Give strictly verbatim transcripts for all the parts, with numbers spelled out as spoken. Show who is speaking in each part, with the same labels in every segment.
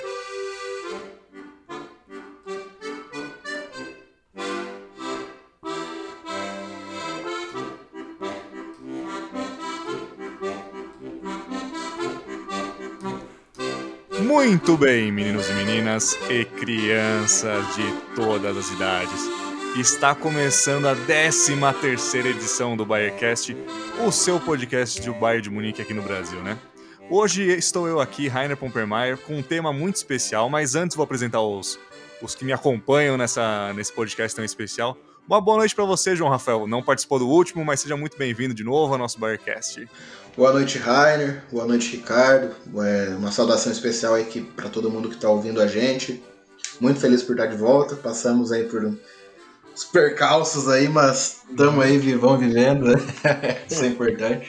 Speaker 1: Muito bem, meninos e meninas e crianças de todas as idades. Está começando a décima terceira edição do BayerCast, o seu podcast de Bayern de Munique aqui no Brasil, né? Hoje estou eu aqui, Rainer Pompermayer, com um tema muito especial, mas antes vou apresentar os, os que me acompanham nessa, nesse podcast tão especial. Uma boa noite para você, João Rafael. Não participou do último, mas seja muito bem-vindo de novo ao nosso BayerCast.
Speaker 2: Boa noite, Rainer. Boa noite, Ricardo. É uma saudação especial aí para todo mundo que está ouvindo a gente. Muito feliz por estar de volta. Passamos aí por uns percalços aí, mas estamos aí vivão vivendo, né? Isso é importante.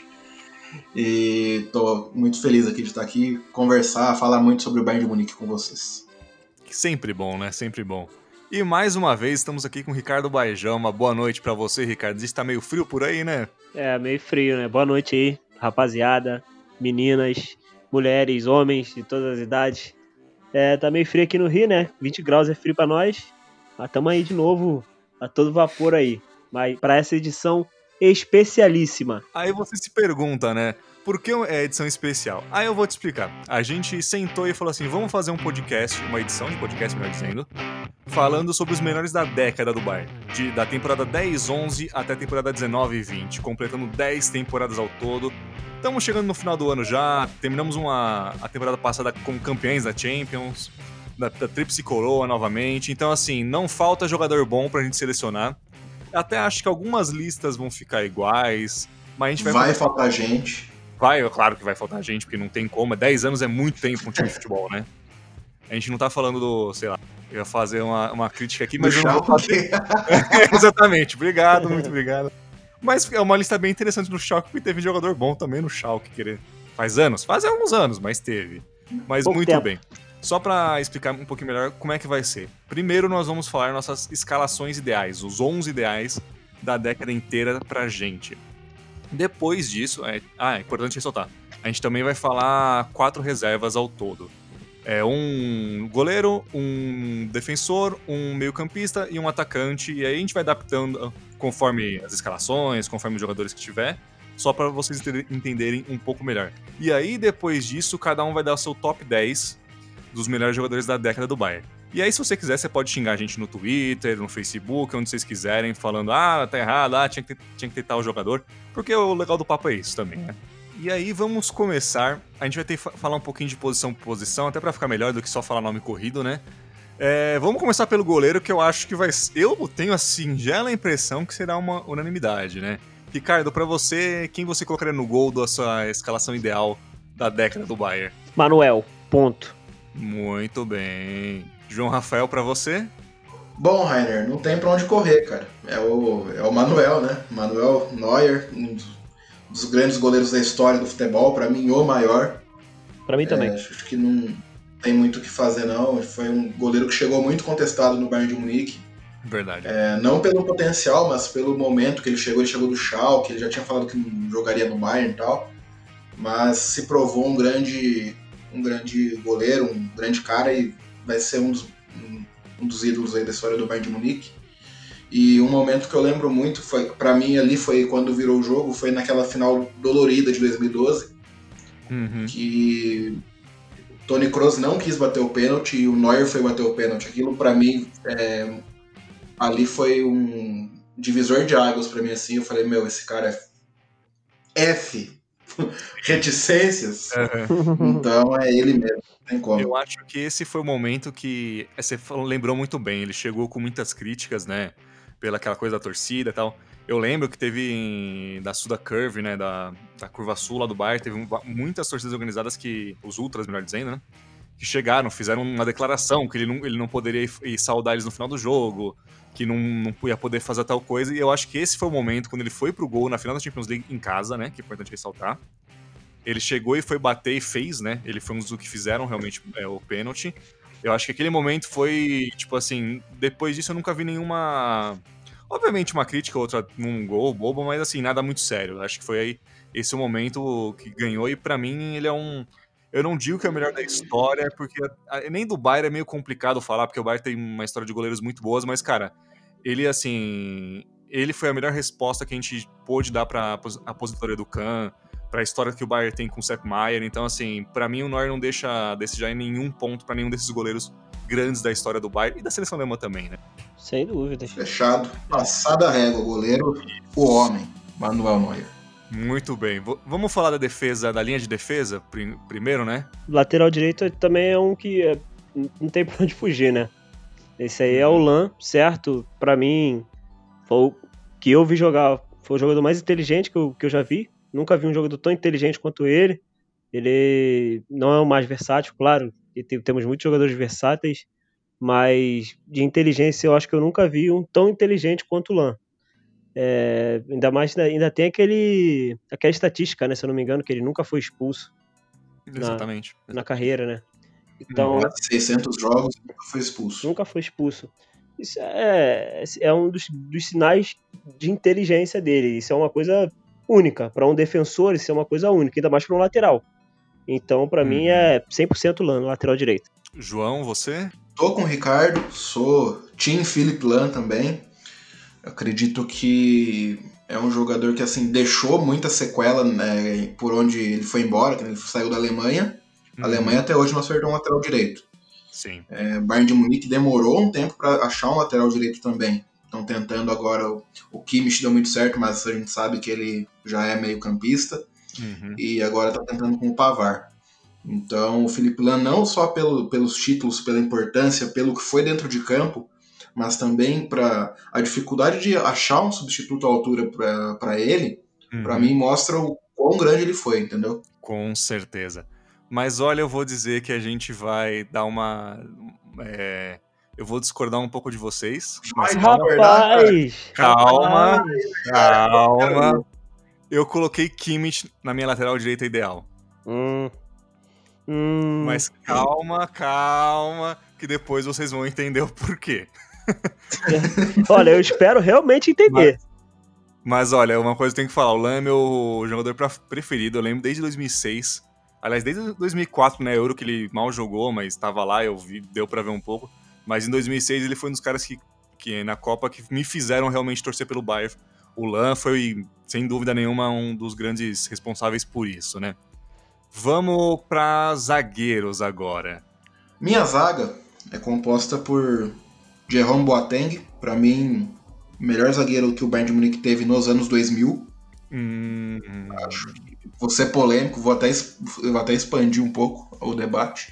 Speaker 2: E estou muito feliz aqui de estar aqui, conversar, falar muito sobre o Bayern de Munique com vocês.
Speaker 1: Sempre bom, né? Sempre bom. E mais uma vez estamos aqui com o Ricardo Baijão. Uma boa noite para você, Ricardo. Está meio frio por aí, né?
Speaker 3: É, meio frio, né? Boa noite aí, rapaziada, meninas, mulheres, homens de todas as idades. É, tá meio frio aqui no Rio, né? vinte graus é frio pra nós. Mas tamo aí de novo, a todo vapor aí. Mas pra essa edição especialíssima.
Speaker 1: Aí você se pergunta, né? Por que é edição especial? Aí eu vou te explicar. A gente sentou e falou assim, vamos fazer um podcast, uma edição de podcast, melhor dizendo, falando sobre os melhores da década do Bayern. De, da temporada dez, onze até a temporada dezenove e vinte, completando dez temporadas ao todo. Estamos chegando no final do ano já, terminamos uma, a temporada passada como campeões da Champions, da, da Tríplice Coroa novamente. Então, assim, não falta jogador bom pra gente selecionar. Até acho que algumas listas vão ficar iguais, mas a gente vai...
Speaker 2: Vai faltar gente.
Speaker 1: Vai, claro que vai faltar gente, porque não tem como. dez anos é muito tempo pra um time de futebol, né? A gente não tá falando do, sei lá, eu ia fazer uma, uma crítica aqui, mas
Speaker 2: Do
Speaker 1: eu não vou fazer. Exatamente, obrigado, muito obrigado. Mas é uma lista bem interessante no Schalke, porque teve jogador bom também no Schalke, querer. Faz anos? Faz alguns anos, mas teve. Mas
Speaker 3: Pouco
Speaker 1: muito
Speaker 3: tempo.
Speaker 1: bem. Só pra explicar um pouquinho melhor como é que vai ser. Primeiro nós vamos falar nossas escalações ideais, os onze ideais da década inteira pra gente. Depois disso, é... ah, é importante ressaltar, a gente também vai falar quatro reservas ao todo. É um goleiro, um defensor, um meio-campista e um atacante. E aí a gente vai adaptando conforme as escalações, conforme os jogadores que tiver, só para vocês entenderem um pouco melhor. E aí, depois disso, cada um vai dar o seu top dez dos melhores jogadores da década do Bayern. E aí, se você quiser, você pode xingar a gente no Twitter, no Facebook, onde vocês quiserem, falando, ah, tá errado, ah, tinha que ter, tinha que ter tal jogador. Porque o legal do papo é isso também, né? E aí vamos começar, a gente vai ter que falar um pouquinho de posição por posição, até pra ficar melhor do que só falar nome corrido, né? É, vamos começar pelo goleiro, que eu acho que vai... Eu tenho a singela impressão que será uma unanimidade, né? Ricardo, pra você, quem você colocaria no gol da sua escalação ideal da década do Bayern?
Speaker 3: Manuel, ponto.
Speaker 1: Muito bem. João Rafael, pra você?
Speaker 2: Bom, Rainer, não tem pra onde correr, cara. É o, é o Manuel, né? Manuel Neuer, um dos, dos grandes goleiros da história do futebol, pra mim o maior.
Speaker 3: Pra mim também.
Speaker 2: É, acho que não tem muito o que fazer, não. Foi um goleiro que chegou muito contestado no Bayern de Munique.
Speaker 1: Verdade.
Speaker 2: É, não pelo potencial, mas pelo momento que ele chegou. Ele chegou do Schalke, ele já tinha falado que não jogaria no Bayern e tal. Mas se provou um grande, um grande goleiro, um grande cara e vai ser um dos, um, um dos ídolos aí da história do Bayern de Munique. E um momento que eu lembro muito, foi, pra mim ali foi quando virou o jogo, foi naquela final dolorida de dois mil e doze,
Speaker 1: Uhum.
Speaker 2: que Toni Kroos não quis bater o pênalti e o Neuer foi bater o pênalti. Aquilo pra mim, é, ali foi um divisor de águas pra mim, assim. Eu falei, meu, esse cara é F. Reticências.
Speaker 1: Uhum.
Speaker 2: Então é ele mesmo, não tem como.
Speaker 1: Eu acho que esse foi o momento que você falou- lembrou muito bem. Ele chegou com muitas críticas, né? Pela aquela coisa da torcida e tal. Eu lembro que teve em- da Suda Curve, né? Da, da curva sul lá do Bayern, teve um- muitas torcidas organizadas que. Os ultras, melhor dizendo, né? Que chegaram, fizeram uma declaração que ele não, ele não poderia ir, ir saudar eles no final do jogo, que não, não ia poder fazer tal coisa. E eu acho que esse foi o momento quando ele foi pro gol na final da Champions League em casa, né? Que é importante ressaltar. Ele chegou e foi bater e fez, né? Ele foi um dos que fizeram realmente é, o pênalti. Eu acho que aquele momento foi, tipo assim, depois disso eu nunca vi nenhuma... Obviamente uma crítica, outra num gol bobo, mas assim, nada muito sério. Acho que foi aí esse o momento que ganhou e pra mim ele é um... Eu não digo que é o melhor da história, porque a, nem do Bayern é meio complicado falar, porque o Bayern tem uma história de goleiros muito boas, mas, cara, ele, assim, ele foi a melhor resposta que a gente pôde dar pra aposentadoria do Kahn, pra história que o Bayern tem com o Sepp Maier. Então, assim, pra mim o Neuer não deixa desejar em nenhum ponto pra nenhum desses goleiros grandes da história do Bayern e da seleção alemã também, né?
Speaker 3: Sem dúvida.
Speaker 2: Fechado. Passada a régua, goleiro, o homem, Manuel Neuer.
Speaker 1: Muito bem. V- vamos falar da defesa, da linha de defesa prim- primeiro, né?
Speaker 3: Lateral direito também é um que é, não tem pra onde fugir, né? Esse aí é o Lan, certo? Pra mim, foi o que eu vi jogar, foi o jogador mais inteligente que eu, que eu já vi. Nunca vi um jogador tão inteligente quanto ele. Ele não é o mais versátil, claro, e tem- temos muitos jogadores versáteis, mas de inteligência eu acho que eu nunca vi um tão inteligente quanto o Lan. É, ainda mais, ainda tem aquele, aquela estatística, né, se eu não me engano, que ele nunca foi expulso Na-
Speaker 1: Exatamente.
Speaker 3: na carreira, né? Então,
Speaker 2: Mais de seiscentos jogos e nunca foi expulso.
Speaker 3: nunca foi expulso. Isso é, é um dos, dos sinais de inteligência dele. Isso é uma coisa única. Para um defensor, isso é uma coisa única, ainda mais para um lateral. Então, para
Speaker 1: Uhum.
Speaker 3: mim, é cem por cento Lan, lateral direito.
Speaker 1: João, você?
Speaker 2: Tô com o Ricardo, sou Team Philipp Lahm também. Acredito que é um jogador que assim deixou muita sequela, né, por onde ele foi embora, que ele saiu da Alemanha. A Alemanha até hoje não acertou um lateral direito.
Speaker 1: Sim.
Speaker 2: É, Bayern de Munique demorou um tempo para achar um lateral direito também. Estão tentando agora, o, o Kimmich deu muito certo, mas a gente sabe que ele já é meio campista.
Speaker 1: Uhum.
Speaker 2: E agora está tentando com o Pavard. Então o Philipp Lahm não só pelo, pelos títulos, pela importância, pelo que foi dentro de campo, mas também para a dificuldade de achar um substituto à altura para ele,
Speaker 1: Uhum.
Speaker 2: para mim mostra o quão grande ele foi, entendeu?
Speaker 1: Com certeza. Mas olha, eu vou dizer que a gente vai dar uma... é, eu vou discordar um pouco de vocês. Mas
Speaker 2: Vai,
Speaker 1: calma,
Speaker 3: Rapaz!
Speaker 1: calma,
Speaker 3: rapaz.
Speaker 1: calma. Eu coloquei Kimmich na minha lateral direita ideal.
Speaker 3: Hum, hum,
Speaker 1: Mas calma, calma, que depois vocês vão entender o porquê.
Speaker 3: olha, eu espero realmente entender.
Speaker 1: Mas olha, uma coisa que eu tenho que falar, o Lan é meu jogador pra- preferido, eu lembro desde dois mil e seis, aliás, desde dois mil e quatro, né, Euro, que ele mal jogou, mas estava lá, eu vi, deu pra ver um pouco, mas em dois mil e seis ele foi um dos caras que, que na Copa que me fizeram realmente torcer pelo Bayern. O Lan foi, sem dúvida nenhuma, um dos grandes responsáveis por isso, né. Vamos pra zagueiros agora.
Speaker 2: Minha zaga é composta por Jerome Boateng, para mim, melhor zagueiro que o Bayern de Munique teve nos anos dois mil.
Speaker 1: Hum,
Speaker 2: Acho que vou ser polêmico, vou até, es- vou até expandir um pouco o debate.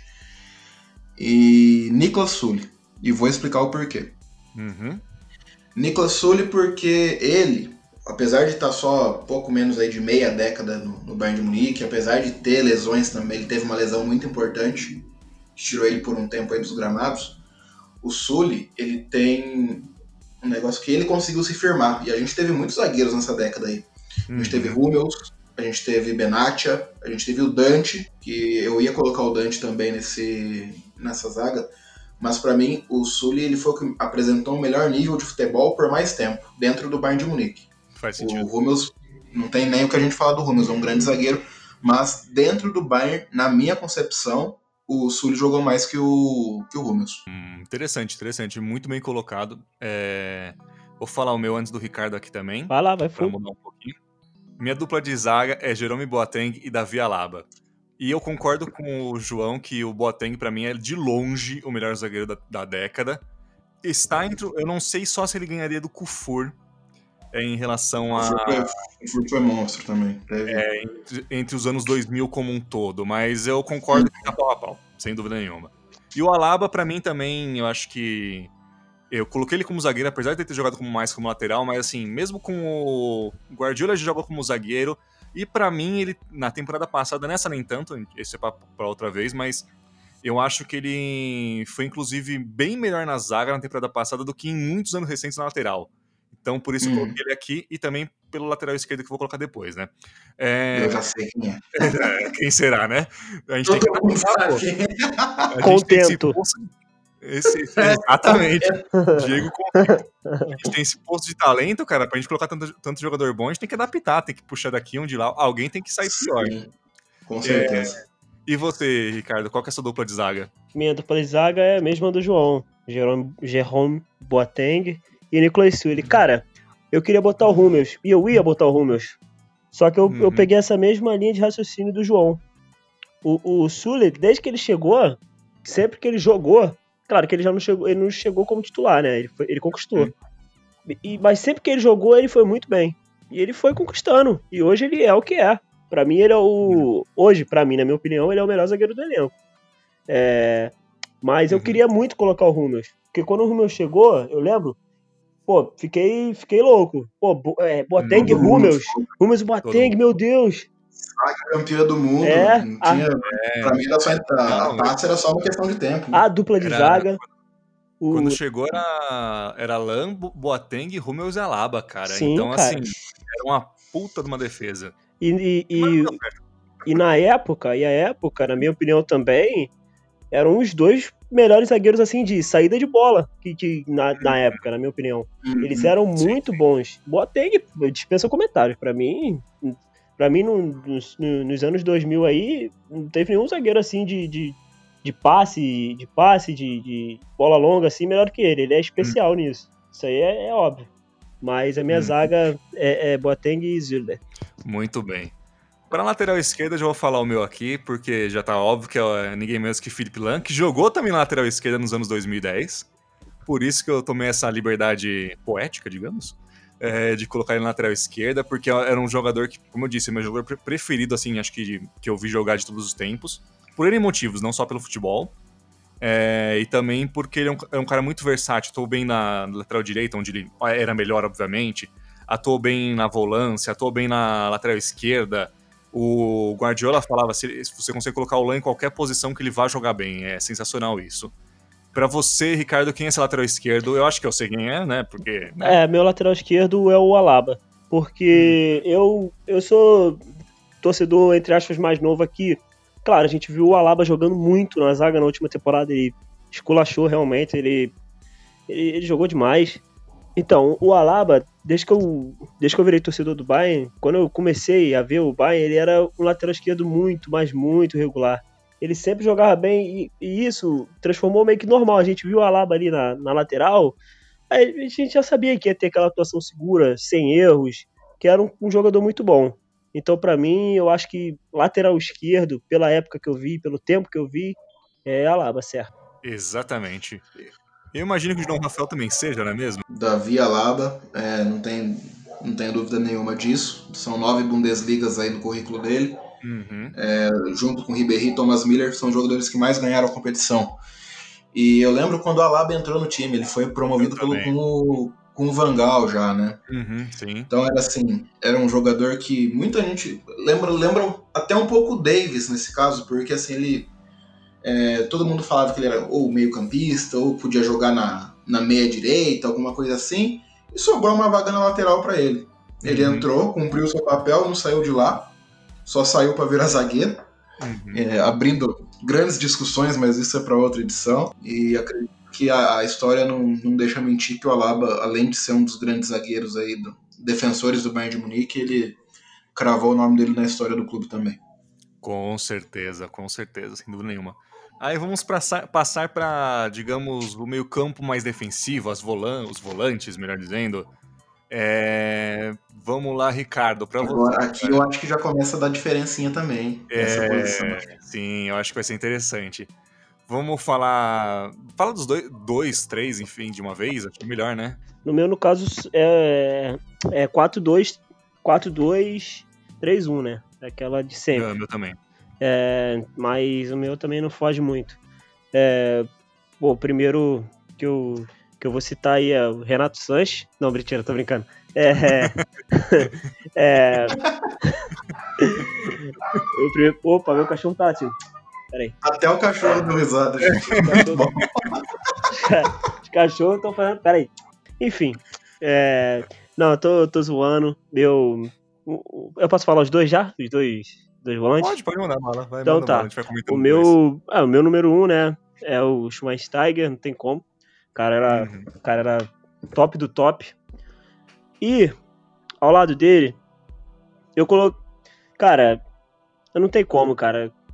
Speaker 2: E Niklas Süle. E vou explicar o porquê.
Speaker 1: uhum,
Speaker 2: Niklas Süle porque ele, apesar de estar só pouco menos aí de meia década no, no Bayern de Munique, apesar de ter lesões também, ele teve uma lesão muito importante, que tirou ele por um tempo aí dos gramados. O Süle, ele tem um negócio que ele conseguiu se firmar. E a gente teve muitos zagueiros nessa década aí. A gente teve Hummels, a gente teve Benatia, a gente teve o Dante, que eu ia colocar o Dante também nesse, nessa zaga, mas pra mim o Süle ele foi o que apresentou o melhor nível de futebol por mais tempo, dentro do Bayern de Munique.
Speaker 1: faz
Speaker 2: O
Speaker 1: sentido.
Speaker 2: Hummels, não tem nem o que a gente fala do Hummels, é um grande zagueiro, mas dentro do Bayern, na minha concepção, o Süle jogou mais que o, que o Hummels.
Speaker 1: Hum, interessante, interessante, muito bem colocado. É, Vou falar o meu antes do Ricardo aqui também,
Speaker 3: Vai lá, vai
Speaker 1: pra
Speaker 3: fundo.
Speaker 1: mudar um pouquinho. Minha dupla de zaga é Jerome Boateng e Davi Alaba. E eu concordo com o João que o Boateng, pra mim, é de longe o melhor zagueiro da, da década. Está entre... Eu não sei só se ele ganharia do Kufur é, em relação a...
Speaker 2: O Furt foi monstro também. Teve...
Speaker 1: É, entre, entre os anos dois mil como um todo, mas eu concordo que tá pau a pau, sem dúvida nenhuma. E o Alaba, pra mim, também, eu acho que... Eu coloquei ele como zagueiro, apesar de ele ter jogado como mais como lateral, mas assim, mesmo com o Guardiola, ele jogou como zagueiro, e pra mim, ele na temporada passada, nessa nem tanto, esse é pra, pra outra vez, mas eu acho que ele foi, inclusive, bem melhor na zaga na temporada passada do que em muitos anos recentes na lateral. Então, por isso eu
Speaker 2: Hum.
Speaker 1: coloquei ele aqui, e também pelo lateral esquerdo que eu vou colocar depois, né? É...
Speaker 2: Eu já sei quem é.
Speaker 1: Quem será, né? A gente tem que
Speaker 2: Todo mundo
Speaker 1: adaptar, pô.
Speaker 2: sabe quem é.
Speaker 1: A gente tem esse
Speaker 3: Contento.
Speaker 1: posto... Esse, exatamente. Diego Contento. A gente tem esse posto de talento, cara, pra gente colocar tanto, tanto jogador bom, a gente tem que adaptar, tem que puxar daqui, um de lá. Alguém tem que sair pior.
Speaker 2: Sim, com certeza.
Speaker 1: E você, Ricardo, qual que é a sua dupla de zaga?
Speaker 3: Minha dupla de zaga é a mesma do João. Jerome, Jerome Boateng e Nicolas Sully. Cara, eu queria botar o Hummels, e eu ia botar o Hummels. Só que eu,
Speaker 1: Uhum.
Speaker 3: eu peguei essa mesma linha de raciocínio do João. O, o Sully, desde que ele chegou, sempre que ele jogou, claro que ele já não chegou, ele não chegou como titular, né? Ele, foi, ele conquistou.
Speaker 1: Uhum.
Speaker 3: E, mas sempre que ele jogou, ele foi muito bem. E ele foi conquistando. E hoje ele é o que é. Pra mim, ele é o... Hoje, pra mim, na minha opinião, ele é o melhor zagueiro do elenco. É... Mas eu
Speaker 1: Uhum.
Speaker 3: queria muito colocar o Hummels. Porque quando o Hummels chegou, eu lembro... Pô, fiquei, fiquei louco. Pô, Bo- é, Boateng e
Speaker 2: Todo mundo
Speaker 3: Hummels. Hummels e Boateng,
Speaker 1: mundo.
Speaker 3: meu Deus.
Speaker 2: Campeã do mundo,
Speaker 3: É,
Speaker 2: não
Speaker 3: a,
Speaker 2: tinha,
Speaker 1: É,
Speaker 2: pra mim era só entrar. A
Speaker 1: não,
Speaker 2: taça era só uma questão de tempo. né?
Speaker 3: a dupla de
Speaker 1: Era-
Speaker 3: zaga. O...
Speaker 1: quando chegou era, era Lan, Bo- Boateng, Hummels e Alaba, cara.
Speaker 3: Sim,
Speaker 1: então,
Speaker 3: cara.
Speaker 1: assim, era uma puta de uma defesa.
Speaker 3: E, e, e,
Speaker 1: Mas não deu certo.
Speaker 3: e na época, e a época, na minha opinião também, eram os dois melhores zagueiros assim de saída de bola que, que na, na época, na minha opinião.
Speaker 2: Uhum.
Speaker 3: Eles eram
Speaker 1: Sim,
Speaker 3: muito bons. Boateng dispensa comentários. Pra mim, pra mim no, nos, nos anos dois mil aí, não teve nenhum zagueiro assim de, de, de passe, de passe, de, de bola longa assim, melhor que ele. Ele é especial hum. nisso. Isso aí é, é óbvio. Mas a minha hum. zaga é, é Boateng e Züller.
Speaker 1: Muito bem. Para a lateral esquerda, eu já vou falar o meu aqui, porque já tá óbvio que é ninguém menos que Philipp Lahm, que jogou também na lateral esquerda nos anos dois mil e dez. Por isso que eu tomei essa liberdade poética, digamos, é, de colocar ele na lateral esquerda, porque era um jogador que, como eu disse, é meu jogador preferido, assim, acho que, que eu vi jogar de todos os tempos. Por N motivos, não só pelo futebol. É, e também porque ele é um, é um cara muito versátil. Atuou bem na lateral direita, onde ele era melhor, obviamente. Atuou bem na volância, atuou bem na lateral esquerda. O Guardiola falava, se, se você consegue colocar o Lan em qualquer posição que ele vá jogar bem. É sensacional isso. Pra você, Ricardo, quem é esse lateral esquerdo? Eu acho que eu sei quem é, né? Porque, né?
Speaker 3: É, meu lateral esquerdo é o Alaba. Porque hum. eu, eu sou torcedor, entre aspas, mais novo aqui. Claro, a gente viu o Alaba jogando muito na zaga na última temporada. Ele esculachou realmente, ele, ele, ele jogou demais. Então, o Alaba, desde que, eu, desde que eu virei torcedor do Bayern, quando eu comecei a ver o Bayern, ele era um lateral esquerdo muito, mas muito regular. Ele sempre jogava bem e, e isso transformou meio que normal. A gente viu o Alaba ali na, na lateral, aí a gente já sabia que ia ter aquela atuação segura, sem erros, que era um, um jogador muito bom. Então, pra mim, eu acho que lateral esquerdo, pela época que eu vi, pelo tempo que eu vi, é Alaba, certo?
Speaker 1: Exatamente. Eu imagino que o João Rafael também seja, não é mesmo?
Speaker 2: Davi Alaba, é, não, tem, não tenho dúvida nenhuma disso. São nove Bundesligas aí no currículo dele.
Speaker 1: Uhum.
Speaker 2: É, junto com Ribéry e Thomas Müller, são os jogadores que mais ganharam a competição. E eu lembro quando o Alaba entrou no time, ele foi promovido pelo, com, o, com o Van Gaal já, né?
Speaker 1: Uhum, sim.
Speaker 2: Então era assim, era um jogador que muita gente lembra, lembra até um pouco o Davis nesse caso, porque assim, ele... É, todo mundo falava que ele era ou meio campista, ou podia jogar na, na meia direita, alguma coisa assim, e sobrou uma vaga na lateral para ele. Ele uhum. entrou, cumpriu o seu papel, não saiu de lá, só saiu para virar zagueiro, uhum. é, abrindo grandes discussões, mas isso é para outra edição, e acredito que a, a história não, não deixa mentir que o Alaba, além de ser um dos grandes zagueiros aí, do, defensores do Bayern de Munique, ele cravou o nome dele na história do clube também.
Speaker 1: Com certeza, com certeza, sem dúvida nenhuma. Aí vamos passar, passar para, digamos, o meio campo mais defensivo, as volan os volantes, melhor dizendo. É... Vamos lá, Ricardo, para você.
Speaker 2: Aqui cara. Eu acho que já começa a dar diferencinha também,
Speaker 1: é...
Speaker 2: essa posição.
Speaker 1: Sim, eu acho que vai ser interessante. Vamos falar... Fala dos dois, dois, três, enfim, de uma vez, acho que é melhor, né?
Speaker 3: No meu, no caso, é, é quatro dois três um, né? Aquela de sempre.
Speaker 1: O meu também.
Speaker 3: É, mas o meu também não foge muito. É, pô, o primeiro que eu, que eu vou citar aí é o Renato Sanches. Não, mentira, tô brincando. É, é, o primeiro, opa, meu cachorro tá latindo. Peraí.
Speaker 2: Até o cachorro deu risada, gente. Cachorro,
Speaker 3: os cachorros estão fazendo. Peraí. Enfim. É, não, eu tô, tô zoando. Meu, eu posso falar os dois já? Os dois. Dois volantes?
Speaker 1: Pode, pode mandar bala. Vai,
Speaker 3: então
Speaker 1: manda
Speaker 3: tá.
Speaker 1: Bala, a gente vai comentando
Speaker 3: o meu, ah, o meu número um, né, é o Schweinsteiger, não tem como. O cara era, uhum. o cara era top do top. E ao lado dele, eu coloquei, cara, eu não tem como, cara.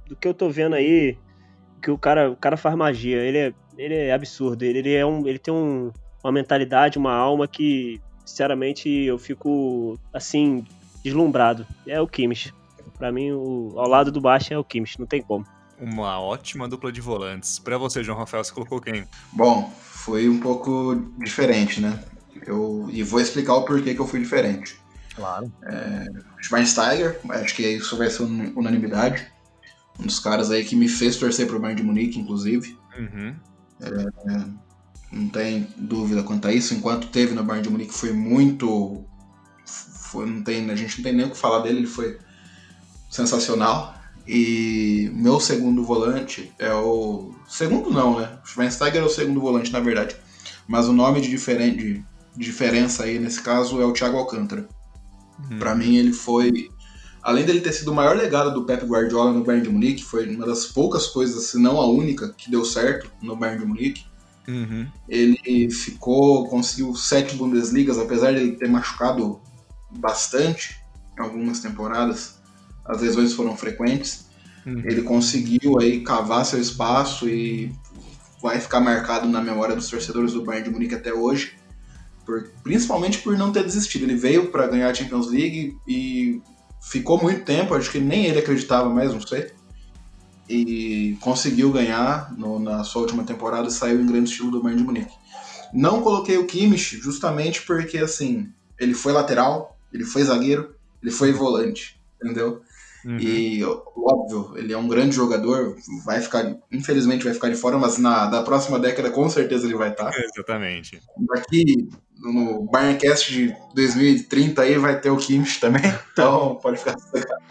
Speaker 3: do que eu tô vendo aí, que o cara, o cara faz magia, ele é, ele é absurdo, ele, ele, é um, ele tem um, uma mentalidade, uma alma que, sinceramente, eu fico, assim, deslumbrado. É o Kimmich. Pra mim, o, ao lado do Baixa é o Kimmich, não tem como.
Speaker 1: Uma ótima dupla de volantes. Pra você, João Rafael, você colocou quem?
Speaker 2: Bom, foi um pouco diferente, né? Eu, e vou explicar o porquê que eu fui diferente.
Speaker 1: Claro.
Speaker 2: É, Schweinsteiger, acho que isso vai ser unanimidade. Um dos caras aí que me fez torcer pro Bayern de Munique, inclusive.
Speaker 1: Uhum.
Speaker 2: É, não tem dúvida quanto a isso. Enquanto teve no Bayern de Munique foi muito... Foi, não tem, a gente não tem nem o que falar dele, ele foi sensacional. E meu segundo volante é o... Segundo não, né? O Schweinsteiger é o segundo volante, na verdade. Mas o nome de, diferen... de diferença aí, nesse caso, é o Thiago Alcântara. Uhum. Pra mim, ele foi... Além dele ter sido o maior legado do Pep Guardiola no Bayern de Munique, foi uma das poucas coisas, se não a única, que deu certo no Bayern de Munique.
Speaker 1: Uhum.
Speaker 2: Ele ficou, conseguiu sete Bundesligas, apesar de ele ter machucado bastante em algumas temporadas. As lesões foram frequentes. Uhum. Ele conseguiu aí cavar seu espaço e vai ficar marcado na memória dos torcedores do Bayern de Munique até hoje, por, principalmente por não ter desistido. Ele veio para ganhar a Champions League e ficou muito tempo, acho que nem ele acreditava mais, não sei, e conseguiu ganhar no, na sua última temporada e saiu em grande estilo do Bayern de Munique. Não coloquei o Kimmich justamente porque, assim, ele foi lateral, ele foi zagueiro, ele foi volante, entendeu? Uhum. E, óbvio, ele é um grande jogador, vai ficar, infelizmente vai ficar de fora, mas na da próxima década com certeza ele vai estar.
Speaker 1: Exatamente.
Speaker 2: Daqui no Bayerncast de dois mil e trinta aí vai ter o Kimmich também, então pode ficar sossegado.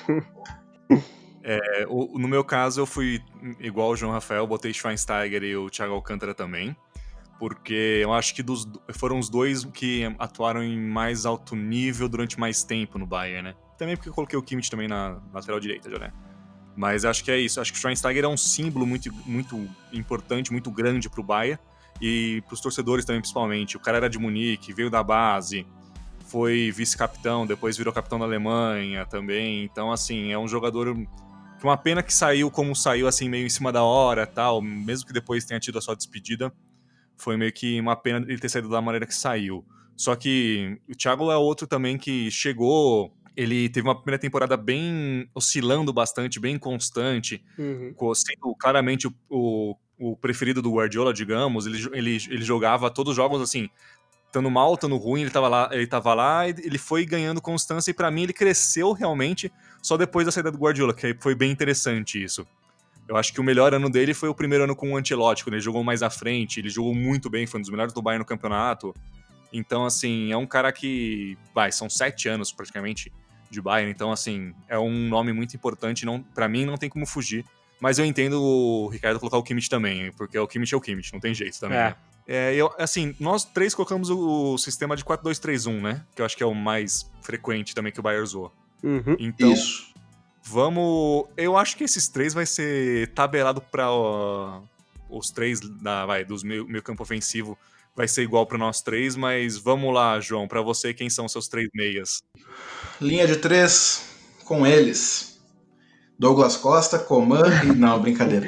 Speaker 1: É, o, no meu caso eu fui igual o João Rafael, botei Schweinsteiger e o Thiago Alcântara também, porque eu acho que dos, foram os dois que atuaram em mais alto nível durante mais tempo no Bayern, né? Também porque eu coloquei o Kimmich também na lateral direita já, né? Mas acho que é isso. Acho que o Schweinsteiger é um símbolo muito, muito importante, muito grande pro Bayern e pros torcedores também, principalmente. O cara era de Munique, veio da base, foi vice-capitão, depois virou capitão da Alemanha também. Então, assim, é um jogador que uma pena que saiu como saiu, assim, meio em cima da hora, tal, mesmo que depois tenha tido a sua despedida. Foi meio que uma pena ele ter saído da maneira que saiu. Só que o Thiago é outro também que chegou... Ele teve uma primeira temporada bem oscilando bastante, bem constante,
Speaker 3: uhum.
Speaker 1: sendo claramente o, o, o preferido do Guardiola, digamos. Ele, ele, ele jogava todos os jogos assim, estando mal, estando ruim, ele estava lá, ele tava lá, ele foi ganhando constância e pra mim ele cresceu realmente só depois da saída do Guardiola, que foi bem interessante isso. Eu acho que o melhor ano dele foi o primeiro ano com o Ancelotti, quando ele jogou mais à frente, ele jogou muito bem, foi um dos melhores do Bayern no campeonato. Então, assim, é um cara que, vai, são sete anos praticamente de Bayern, então, assim, é um nome muito importante, não, pra mim não tem como fugir, mas eu entendo o Ricardo colocar o Kimmich também, porque o Kimmich é o Kimmich, não tem jeito também,
Speaker 3: é.
Speaker 1: né? É, eu, assim, nós três colocamos o, o sistema de quatro dois três um, né? Que eu acho que é o mais frequente também que o Bayern usou.
Speaker 3: Uhum.
Speaker 1: Então,
Speaker 2: isso.
Speaker 1: Vamos... Eu acho que esses três vai ser tabelado pra... Uh, os três da, vai, dos meio, meio campo ofensivo vai ser igual para nós três, mas vamos lá, João, para você, quem são seus três meias?
Speaker 2: Linha de três com eles. Douglas Costa, Coman e... Não, brincadeira.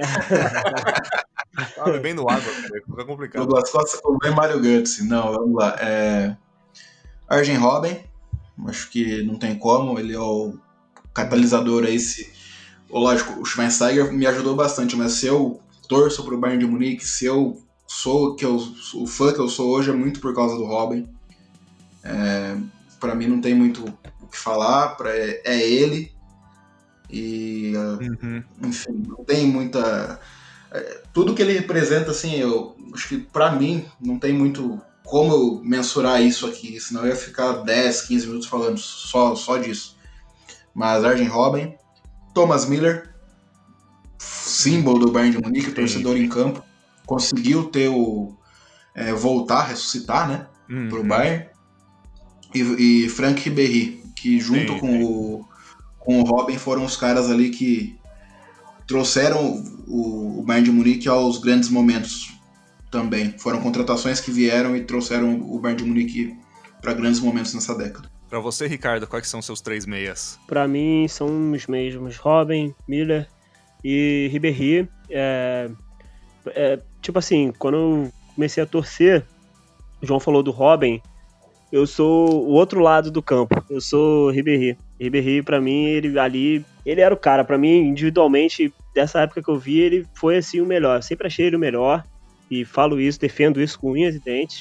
Speaker 1: Ah, bebendo água, cara, fica complicado.
Speaker 2: Douglas Costa, Coman e Mário Götze. Não, vamos lá. É... Arjen Robben, acho que não tem como, ele é o catalisador aí, se... Lógico, o Schweinsteiger me ajudou bastante, mas se eu torço pro Bayern de Munique, se eu sou que eu, o fã que eu sou hoje é muito por causa do Robben. É, para mim não tem muito o que falar, pra, é, é ele e uhum. Enfim, não tem muita é, tudo que ele representa, assim, eu acho que pra mim não tem muito como eu mensurar isso aqui, senão eu ia ficar dez, quinze minutos falando só, só disso. Mas Arjen Robben, Thomas Müller, símbolo do Bayern de Munique, torcedor em campo, conseguiu ter o é, voltar, ressuscitar, né, uhum. pro Bayern, e, e Franck Ribéry, que junto sim, com, sim. O, com o Robben foram os caras ali que trouxeram o, o Bayern de Munique aos grandes momentos também. Foram contratações que vieram e trouxeram o Bayern de Munique para grandes momentos nessa década.
Speaker 1: Para você, Ricardo, quais são seus três meias?
Speaker 3: Para mim são os mesmos, Robben, Müller, E Ribéry, é, é, tipo assim, quando eu comecei a torcer, o João falou do Robben, eu sou o outro lado do campo, eu sou Ribéry. Ribéry, pra mim, ele ali, ele era o cara, pra mim, individualmente, dessa época que eu vi, ele foi assim o melhor. Eu sempre achei ele o melhor, e falo isso, defendo isso com unhas e dentes.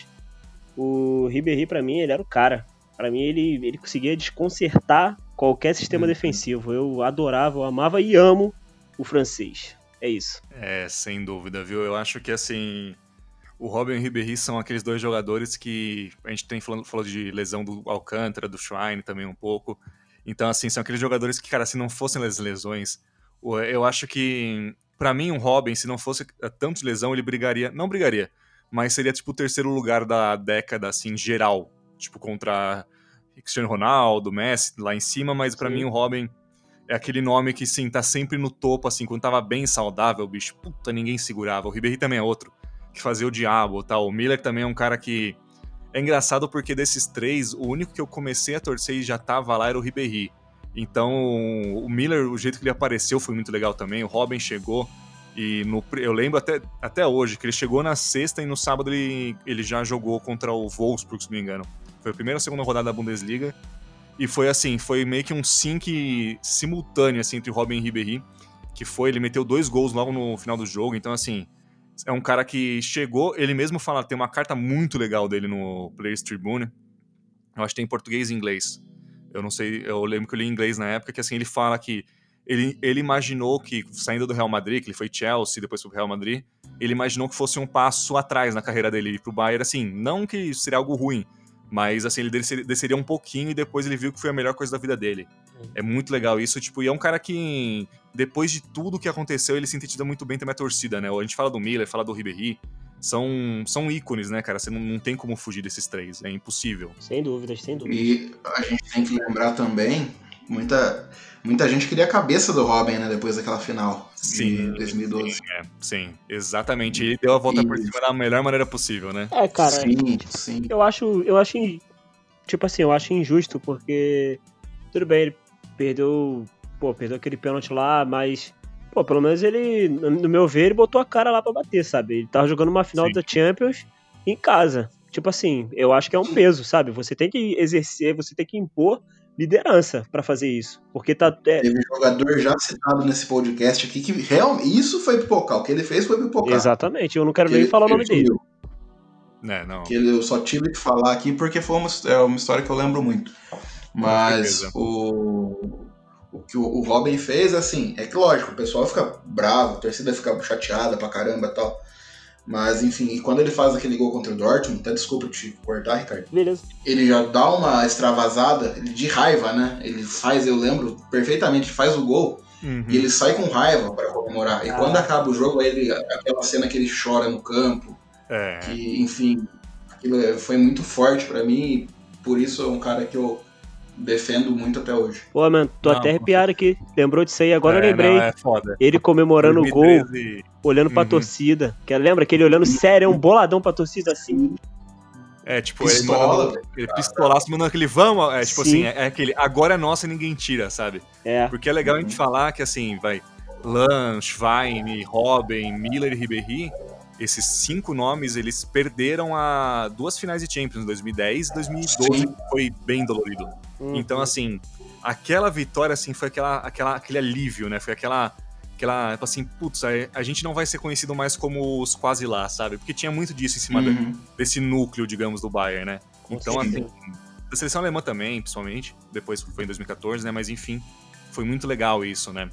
Speaker 3: O Ribéry, pra mim, ele era o cara. Pra mim, ele, ele conseguia desconcertar qualquer sistema uhum. defensivo. Eu adorava, eu amava e amo o francês. É isso.
Speaker 1: É, sem dúvida, viu? Eu acho que, assim, o Robben e o Ribéry são aqueles dois jogadores que a gente tem falando, falou de lesão do Alcântara, do Schwein também um pouco. Então, assim, são aqueles jogadores que, cara, se não fossem as lesões, eu acho que, pra mim, o Robben, se não fosse tanto de lesão, ele brigaria, não brigaria, mas seria, tipo, o terceiro lugar da década, assim, geral. Tipo, contra Cristiano Ronaldo, Messi, lá em cima, mas pra Sim. mim o Robben é aquele nome que, sim, tá sempre no topo, assim, quando tava bem saudável, bicho, puta, ninguém segurava. O Ribéry também é outro, que fazia o diabo, tal. O Miller também é um cara que... É engraçado porque desses três, o único que eu comecei a torcer e já tava lá era o Ribéry. Então, o Miller, o jeito que ele apareceu foi muito legal também. O Robben chegou e no, eu lembro até, até hoje que ele chegou na sexta e no sábado ele, ele já jogou contra o Wolfsburg, se não me engano. Foi a primeira ou segunda rodada da Bundesliga. E foi assim, foi meio que um sync simultâneo assim, entre Robben e Ribéry, que foi, ele meteu dois gols logo no final do jogo. Então, assim, é um cara que chegou, ele mesmo fala, tem uma carta muito legal dele no Players Tribune. Eu acho que tem em português e inglês. Eu não sei, eu lembro que eu li em inglês na época, que assim, ele fala que ele, ele imaginou que, saindo do Real Madrid, que ele foi Chelsea, depois foi pro Real Madrid, ele imaginou que fosse um passo atrás na carreira dele, ir pro Bayern, assim, não que seria algo ruim, mas assim, ele desceria, desceria um pouquinho e depois ele viu que foi a melhor coisa da vida dele. Uhum. É muito legal isso, tipo, e é um cara que, depois de tudo que aconteceu, ele sintetiza muito bem também a torcida, né? A gente fala do Miller, fala do Ribéry, são, são ícones, né, cara? Você não, não tem como fugir desses três, é impossível.
Speaker 3: Sem dúvidas, sem dúvidas.
Speaker 2: E a gente tem que lembrar também, muita, muita gente queria a cabeça do Robben, né, depois daquela final
Speaker 1: sim,
Speaker 2: de dois mil e doze.
Speaker 1: Sim, é, sim, exatamente. Ele deu a volta e... por cima da melhor maneira possível, né?
Speaker 3: É, cara,
Speaker 2: sim, sim.
Speaker 3: Eu acho, eu acho, tipo assim, eu acho injusto, porque tudo bem, ele perdeu, pô, perdeu aquele pênalti lá, mas... Pô, pelo menos ele, no meu ver, ele botou a cara lá pra bater, sabe? Ele tava jogando uma final Sim. da Champions em casa. Tipo assim, eu acho que é um peso, sabe? Você tem que exercer, você tem que impor liderança pra fazer isso. Porque tá... É...
Speaker 2: Teve jogador já citado nesse podcast aqui que realmente isso foi pipocar. O que ele fez foi pipocar.
Speaker 3: Exatamente, eu não quero nem falar o nome dele.
Speaker 1: É, não.
Speaker 2: Que ele, eu só tive que falar aqui porque foi uma, é uma história que eu lembro muito. Mas o... O que o Robben fez, assim, é que lógico, o pessoal fica bravo, a torcida fica chateada pra caramba e tal. Mas, enfim, e quando ele faz aquele gol contra o Dortmund, até desculpa te cortar, Ricardo.
Speaker 3: Beleza.
Speaker 2: Ele já dá uma extravasada de raiva, né? Ele faz, eu lembro perfeitamente, faz o gol uhum. e ele sai com raiva pra comemorar. E ah. quando acaba o jogo, aí ele, aquela cena que ele chora no campo,
Speaker 1: é.
Speaker 2: que, enfim, aquilo foi muito forte pra mim e por isso é um cara que eu defendo muito até hoje.
Speaker 3: Pô, mano, tô não, até arrepiado aqui. Lembrou disso aí, agora
Speaker 1: é,
Speaker 3: eu lembrei.
Speaker 1: Não, é foda.
Speaker 3: Ele comemorando o gol, olhando pra uhum. torcida. Que, lembra que ele olhando sério, um boladão pra torcida assim.
Speaker 1: É, tipo,
Speaker 2: Pistola,
Speaker 1: ele, mandando, ele pistolaço, mandando aquele vamos, é tipo Sim. assim, é, é aquele agora é nossa e ninguém tira, sabe?
Speaker 3: É.
Speaker 1: Porque é legal uhum. a gente falar que assim, vai, Lan, Schwein, Robben, Miller e Ribéry, esses cinco nomes, eles perderam a duas finais de Champions, dois mil e dez e dois mil e doze, Sim. que foi bem dolorido. Uhum. Então, assim, aquela vitória, assim, foi aquela, aquela, aquele alívio, né? Foi aquela, aquela tipo assim, putz, a, a gente não vai ser conhecido mais como os quase lá, sabe? Porque tinha muito disso em cima
Speaker 2: uhum.
Speaker 1: da, desse núcleo, digamos, do Bayern, né? Então,
Speaker 2: Sim.
Speaker 1: assim, da seleção alemã também, principalmente, depois foi em dois mil e catorze, né? Mas, enfim, foi muito legal isso, né?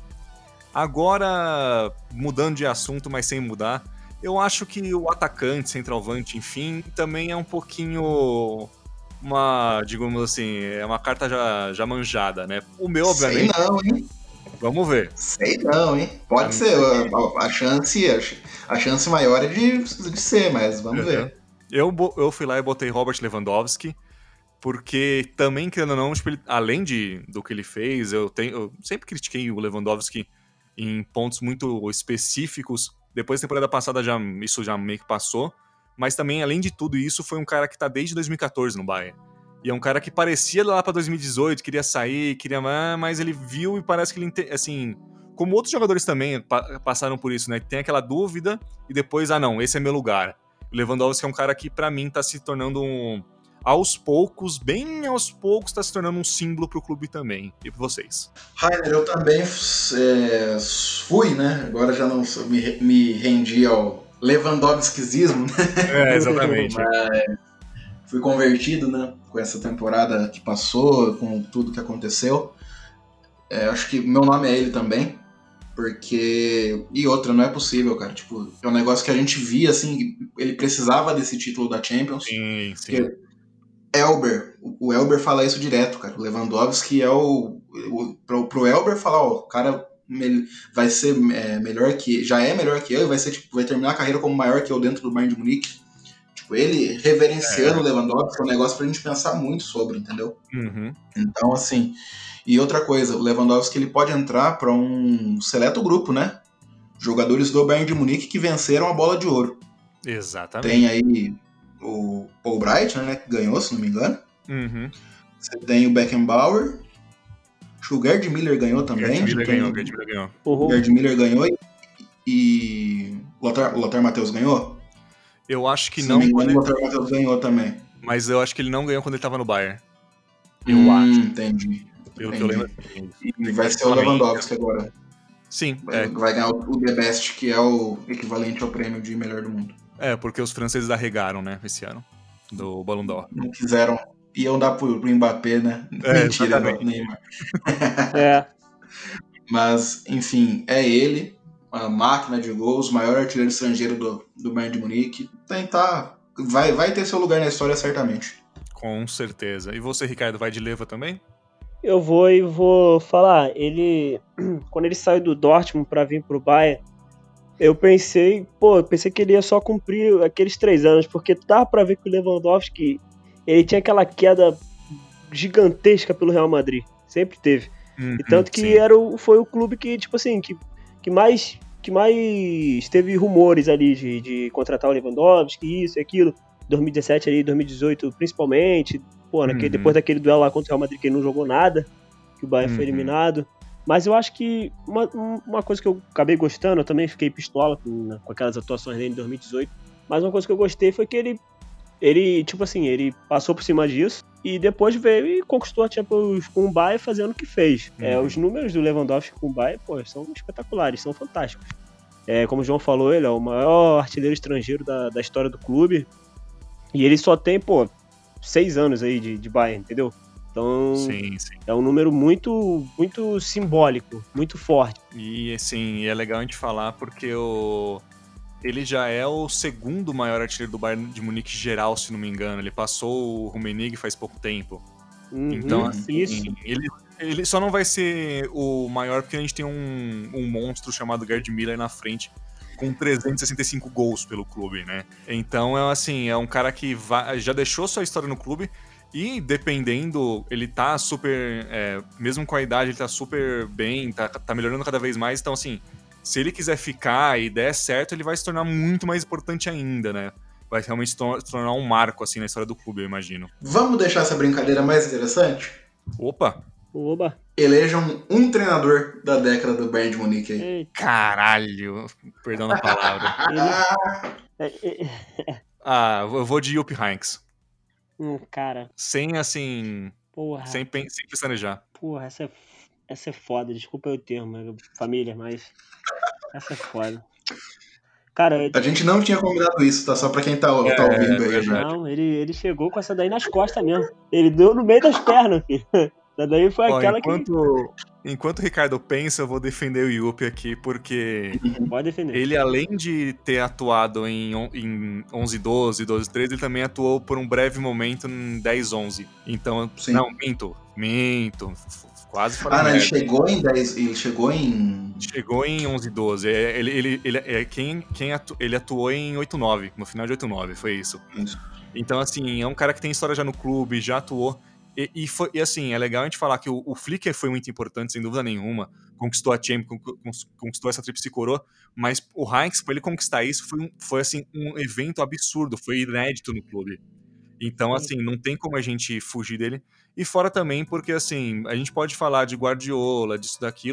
Speaker 1: Agora, mudando de assunto, mas sem mudar, eu acho que o atacante, centroavante, enfim, também é um pouquinho uma, digamos assim, é uma carta já, já manjada, né? O meu, obviamente...
Speaker 2: Sei não, hein?
Speaker 1: Vamos ver.
Speaker 2: Sei não, hein? Pode é, ser, a, a, chance, a chance maior é de, de ser, mas vamos uhum. ver.
Speaker 1: Eu, eu fui lá e botei Robert Lewandowski, porque também, querendo ou não, tipo, ele, além de, do que ele fez, eu, tenho, eu sempre critiquei o Lewandowski em pontos muito específicos. Depois da temporada passada já, isso já meio que passou, mas também, além de tudo isso, foi um cara que tá desde dois mil e catorze no Bayern. E é um cara que parecia lá pra dois mil e dezoito, queria sair, queria... Mas ele viu e parece que ele, assim, como outros jogadores também pa- passaram por isso, né? Tem aquela dúvida e depois, ah não, esse é meu lugar. O Lewandowski é um cara que, pra mim, tá se tornando um... Aos poucos, bem aos poucos, tá se tornando um símbolo pro clube também. E pra vocês?
Speaker 2: Rainer, eu também é, fui, né? Agora já não me, me rendi ao Lewandowskismo, né?
Speaker 1: É, exatamente.
Speaker 2: Mas fui convertido, né? Com essa temporada que passou, com tudo que aconteceu. É, acho que meu nome é ele também. Porque. E outra, não é possível, cara. Tipo, é um negócio que a gente via, assim, ele precisava desse título da Champions.
Speaker 1: Sim, sim.
Speaker 2: Porque Elber, o Elber fala isso direto, cara. O Lewandowski é o. o pro, pro Elber falar, ó, o cara vai ser é, melhor que. Já é melhor que eu e vai, ser, tipo, vai terminar a carreira como maior que eu dentro do Bayern de Munique. Tipo, ele reverenciando é. o Lewandowski é um negócio pra gente pensar muito sobre, entendeu?
Speaker 1: Uhum.
Speaker 2: Então, assim. E outra coisa, o Lewandowski ele pode entrar para um seleto grupo, né? Jogadores do Bayern de Munique que venceram a bola de ouro.
Speaker 1: Exatamente.
Speaker 2: Tem aí o Paul Bright, né? Que ganhou, se não me engano.
Speaker 1: Uhum.
Speaker 2: Você tem o Beckenbauer. Acho que o Gerd Miller ganhou também.
Speaker 1: Gerd Miller
Speaker 2: tem...
Speaker 1: ganhou, Gerd Miller ganhou.
Speaker 2: O Gerd Miller ganhou e, e... o Lothar, o Lothar Matthäus ganhou?
Speaker 1: Eu acho que
Speaker 2: se
Speaker 1: não.
Speaker 2: não me engano,
Speaker 1: ele...
Speaker 2: o Lothar Matthäus ganhou também.
Speaker 1: Mas eu acho que ele não ganhou quando ele tava no Bayern. Eu
Speaker 2: hum,
Speaker 1: acho.
Speaker 2: Entendi.
Speaker 1: Pelo
Speaker 2: entendi.
Speaker 1: que eu lembro.
Speaker 2: E vai ser o Lewandowski agora.
Speaker 1: Sim.
Speaker 2: Vai,
Speaker 1: é.
Speaker 2: vai ganhar o The Best, que é o equivalente ao prêmio de melhor do mundo.
Speaker 1: É, porque os franceses arregaram, né, esse ano, do Ballon d'Or.
Speaker 2: Não quiseram. Iam dar pro, pro Mbappé, né?
Speaker 1: É,
Speaker 2: Mentira, não, Neymar. É. Mas, enfim, é ele, a máquina de gols, maior artilheiro estrangeiro do, do Bayern de Munique. Tentar. Vai, vai ter seu lugar na história, certamente.
Speaker 1: Com certeza. E você, Ricardo, vai de Leva também?
Speaker 3: Eu vou e vou falar, ele, quando ele saiu do Dortmund pra vir pro Bayern, eu pensei, pô, eu pensei que ele ia só cumprir aqueles três anos, porque dá pra ver que o Lewandowski, ele tinha aquela queda gigantesca pelo Real Madrid, sempre teve.
Speaker 1: Uhum,
Speaker 3: e tanto que era o, foi o clube que, tipo assim, que, que, mais, que mais teve rumores ali de, de contratar o Lewandowski, isso e aquilo, dois mil e dezessete ali, dois mil e dezoito principalmente, pô, naquele, uhum. depois daquele duelo lá contra o Real Madrid que ele não jogou nada, que o Bayern uhum. foi eliminado. Mas eu acho que uma, uma coisa que eu acabei gostando, eu também fiquei pistola com, com aquelas atuações dele em dois mil e dezoito, mas uma coisa que eu gostei foi que ele, ele, tipo assim, ele passou por cima disso e depois veio e conquistou a Champions com o Bayern fazendo o que fez. Uhum. É, os números do Lewandowski com o Bayern, pô, são espetaculares, são fantásticos. É, como o João falou, ele é o maior artilheiro estrangeiro da, da história do clube e ele só tem, pô, seis anos aí de, de Bayern, entendeu? Então,
Speaker 1: sim, sim.
Speaker 3: é um número muito, muito simbólico, muito forte.
Speaker 1: E, assim, é legal a gente falar porque o... ele já é o segundo maior artilheiro do Bayern de Munique geral, se não me engano. Ele passou o Rummenigge faz pouco tempo.
Speaker 3: Uhum,
Speaker 1: então, assim,
Speaker 3: isso.
Speaker 1: Ele, ele só não vai ser o maior porque a gente tem um, um monstro chamado Gerd Miller na frente, com trezentos e sessenta e cinco gols pelo clube, né? Então, é assim, é um cara que vai, já deixou sua história no clube. E dependendo, ele tá super... É, mesmo com a idade, ele tá super bem, tá, tá melhorando cada vez mais. Então, assim, se ele quiser ficar e der certo, ele vai se tornar muito mais importante ainda, né? Vai realmente se tornar um marco, assim, na história do clube, eu imagino.
Speaker 2: Vamos deixar essa brincadeira mais interessante?
Speaker 1: Opa!
Speaker 3: Oba!
Speaker 2: Elejam um treinador da década do Bayern de Munique aí.
Speaker 3: Eita.
Speaker 1: Caralho! Perdão na palavra.
Speaker 3: Ele...
Speaker 1: ah, eu vou de Jupp Heynckes.
Speaker 3: Hum, cara.
Speaker 1: Sem, assim...
Speaker 3: Porra.
Speaker 1: Sem, sem pestanejar.
Speaker 3: Porra, essa é, essa é foda. Desculpa o termo, família, mas... Essa é foda. Cara...
Speaker 2: A gente não tinha combinado isso, tá? Só pra quem tá, é, tá ouvindo aí.
Speaker 3: É, não, ele, ele chegou com essa daí nas costas mesmo. Ele deu no meio das pernas, filho. Essa daí foi
Speaker 1: Ó,
Speaker 3: aquela
Speaker 1: enquanto, que... Enquanto o Ricardo pensa, eu vou defender o Jupp aqui, porque...
Speaker 3: Pode defender.
Speaker 1: Ele, além de ter atuado em, em onze doze, doze treze, ele também atuou por um breve momento em dez onze. Então, Sim. não, minto, minto. Quase falei.
Speaker 2: Ah, não, ele chegou em dez, ele chegou em...
Speaker 1: Chegou em onze doze. Ele, ele, ele, é quem, quem atu, ele atuou em oito nove, no final de oito nove, foi isso.
Speaker 2: Isso.
Speaker 1: Então, assim, é um cara que tem história já no clube, já atuou. E, e, foi, e assim, é legal a gente falar que o, o Flicker foi muito importante, sem dúvida nenhuma. Conquistou a Champions, conquistou essa tríplice coroa, mas o Heynckes, para ele conquistar isso, foi, um, foi assim, um evento absurdo, foi inédito no clube. Então, assim, não tem como a gente fugir dele. E fora também porque, assim, a gente pode falar de Guardiola, disso, daquilo,